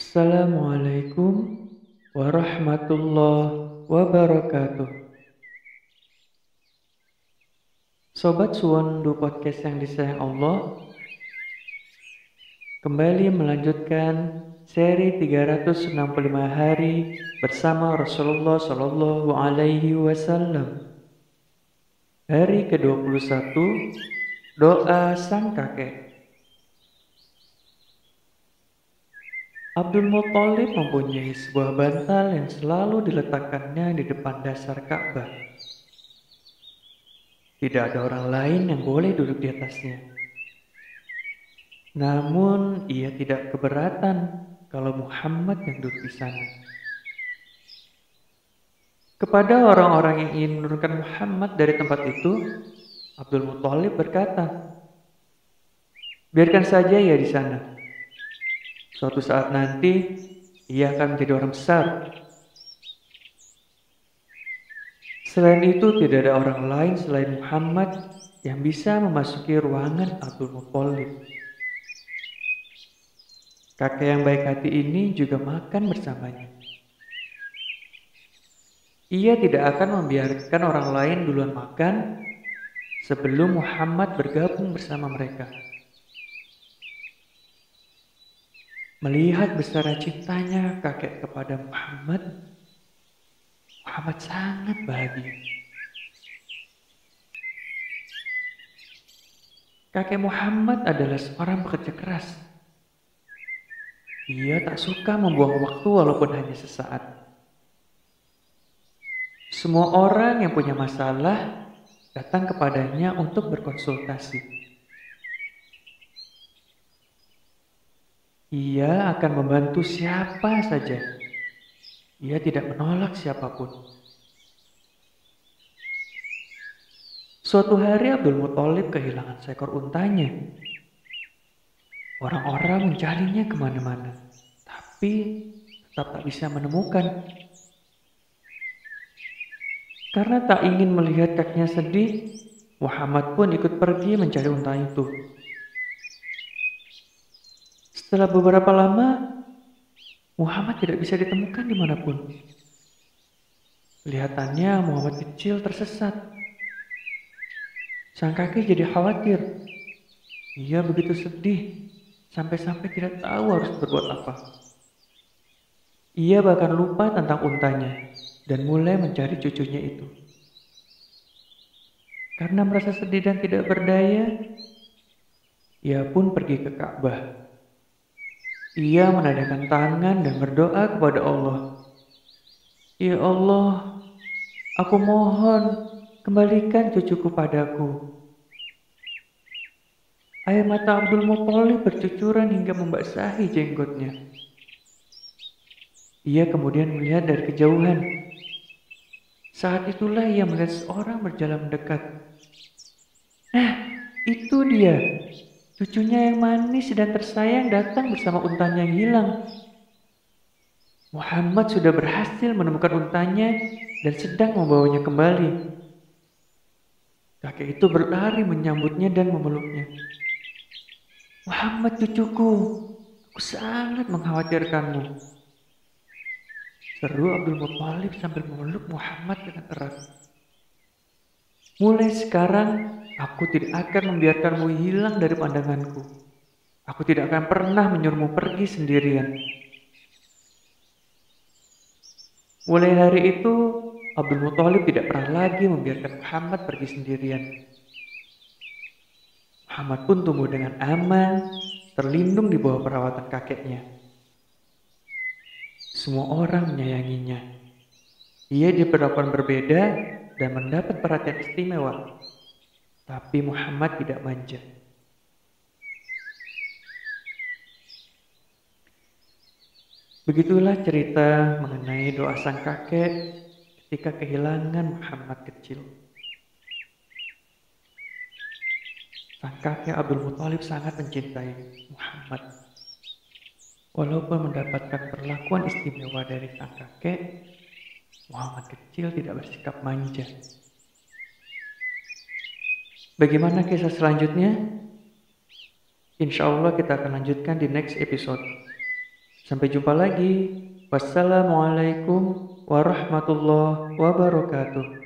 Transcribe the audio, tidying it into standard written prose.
Assalamualaikum warahmatullahi wabarakatuh. Sobat Suwon Podcast yang disayang Allah, kembali melanjutkan seri 365 hari bersama Rasulullah Shallallahu Alaihi Wasallam. Hari ke-21, doa sang kakek. Abdul Muthalib mempunyai sebuah bantal yang selalu diletakkannya di depan dasar Ka'bah. Tidak ada orang lain yang boleh duduk di atasnya. Namun ia tidak keberatan kalau Muhammad yang duduk di sana. Kepada orang-orang yang ingin menurunkan Muhammad dari tempat itu, Abdul Muthalib berkata, "Biarkan saja ia di sana. Suatu saat nanti ia akan menjadi orang besar." Selain itu, tidak ada orang lain selain Muhammad yang bisa memasuki ruangan Abdul Muthalib. Kakek yang baik hati ini juga makan bersamanya. Ia tidak akan membiarkan orang lain duluan makan sebelum Muhammad bergabung bersama mereka. Melihat besar cintanya kakek kepada Muhammad, Muhammad sangat bahagia. Kakek Muhammad adalah seorang pekerja keras. Ia tak suka membuang waktu walaupun hanya sesaat. Semua orang yang punya masalah datang kepadanya untuk berkonsultasi. Ia akan membantu siapa saja. Ia tidak menolak siapapun. Suatu hari Abdul Muthalib kehilangan seekor untanya. Orang-orang mencarinya kemana-mana, tapi tetap tak bisa menemukan. Karena tak ingin melihat kakinya sedih, Muhammad pun ikut pergi mencari unta itu. Setelah beberapa lama, Muhammad tidak bisa ditemukan dimanapun. Kelihatannya Muhammad kecil tersesat. Sang kakek jadi khawatir. Ia begitu sedih, sampai-sampai tidak tahu harus berbuat apa. Ia bahkan lupa tentang untanya dan mulai mencari cucunya itu. Karena merasa sedih dan tidak berdaya, ia pun pergi ke Ka'bah. Ia menadahkan tangan dan berdoa kepada Allah. "Ya Allah, aku mohon kembalikan cucuku padaku." Air mata Abdul Muthalib bercucuran hingga membasahi jenggotnya. Ia kemudian melihat dari kejauhan. Saat itulah ia melihat seorang berjalan mendekat. Nah, itu dia. Cucunya yang manis dan tersayang datang bersama untanya yang hilang. Muhammad sudah berhasil menemukan untanya dan sedang membawanya kembali. Kakek itu berlari menyambutnya dan memeluknya. "Muhammad cucuku, aku sangat mengkhawatirkanmu," seru Abdul Muthalib sambil memeluk Muhammad dengan erat. "Mulai sekarang, aku tidak akan membiarkanmu hilang dari pandanganku. Aku tidak akan pernah menyuruhmu pergi sendirian." Mulai hari itu, Abdul Muthalib tidak pernah lagi membiarkan Muhammad pergi sendirian. Muhammad pun tumbuh dengan aman, terlindung di bawah perawatan kakeknya. Semua orang menyayanginya. Ia diperlakukan berbeda dan mendapat perhatian istimewa. Tapi Muhammad tidak manja. Begitulah cerita mengenai doa sang kakek ketika kehilangan Muhammad kecil. Sang kakek Abdul Muthalib sangat mencintai Muhammad. Walaupun mendapatkan perlakuan istimewa dari sang kakek, Muhammad kecil tidak bersikap manja. Bagaimana kisah selanjutnya? Insya Allah kita akan lanjutkan di next episode. Sampai jumpa lagi. Wassalamualaikum warahmatullahi wabarakatuh.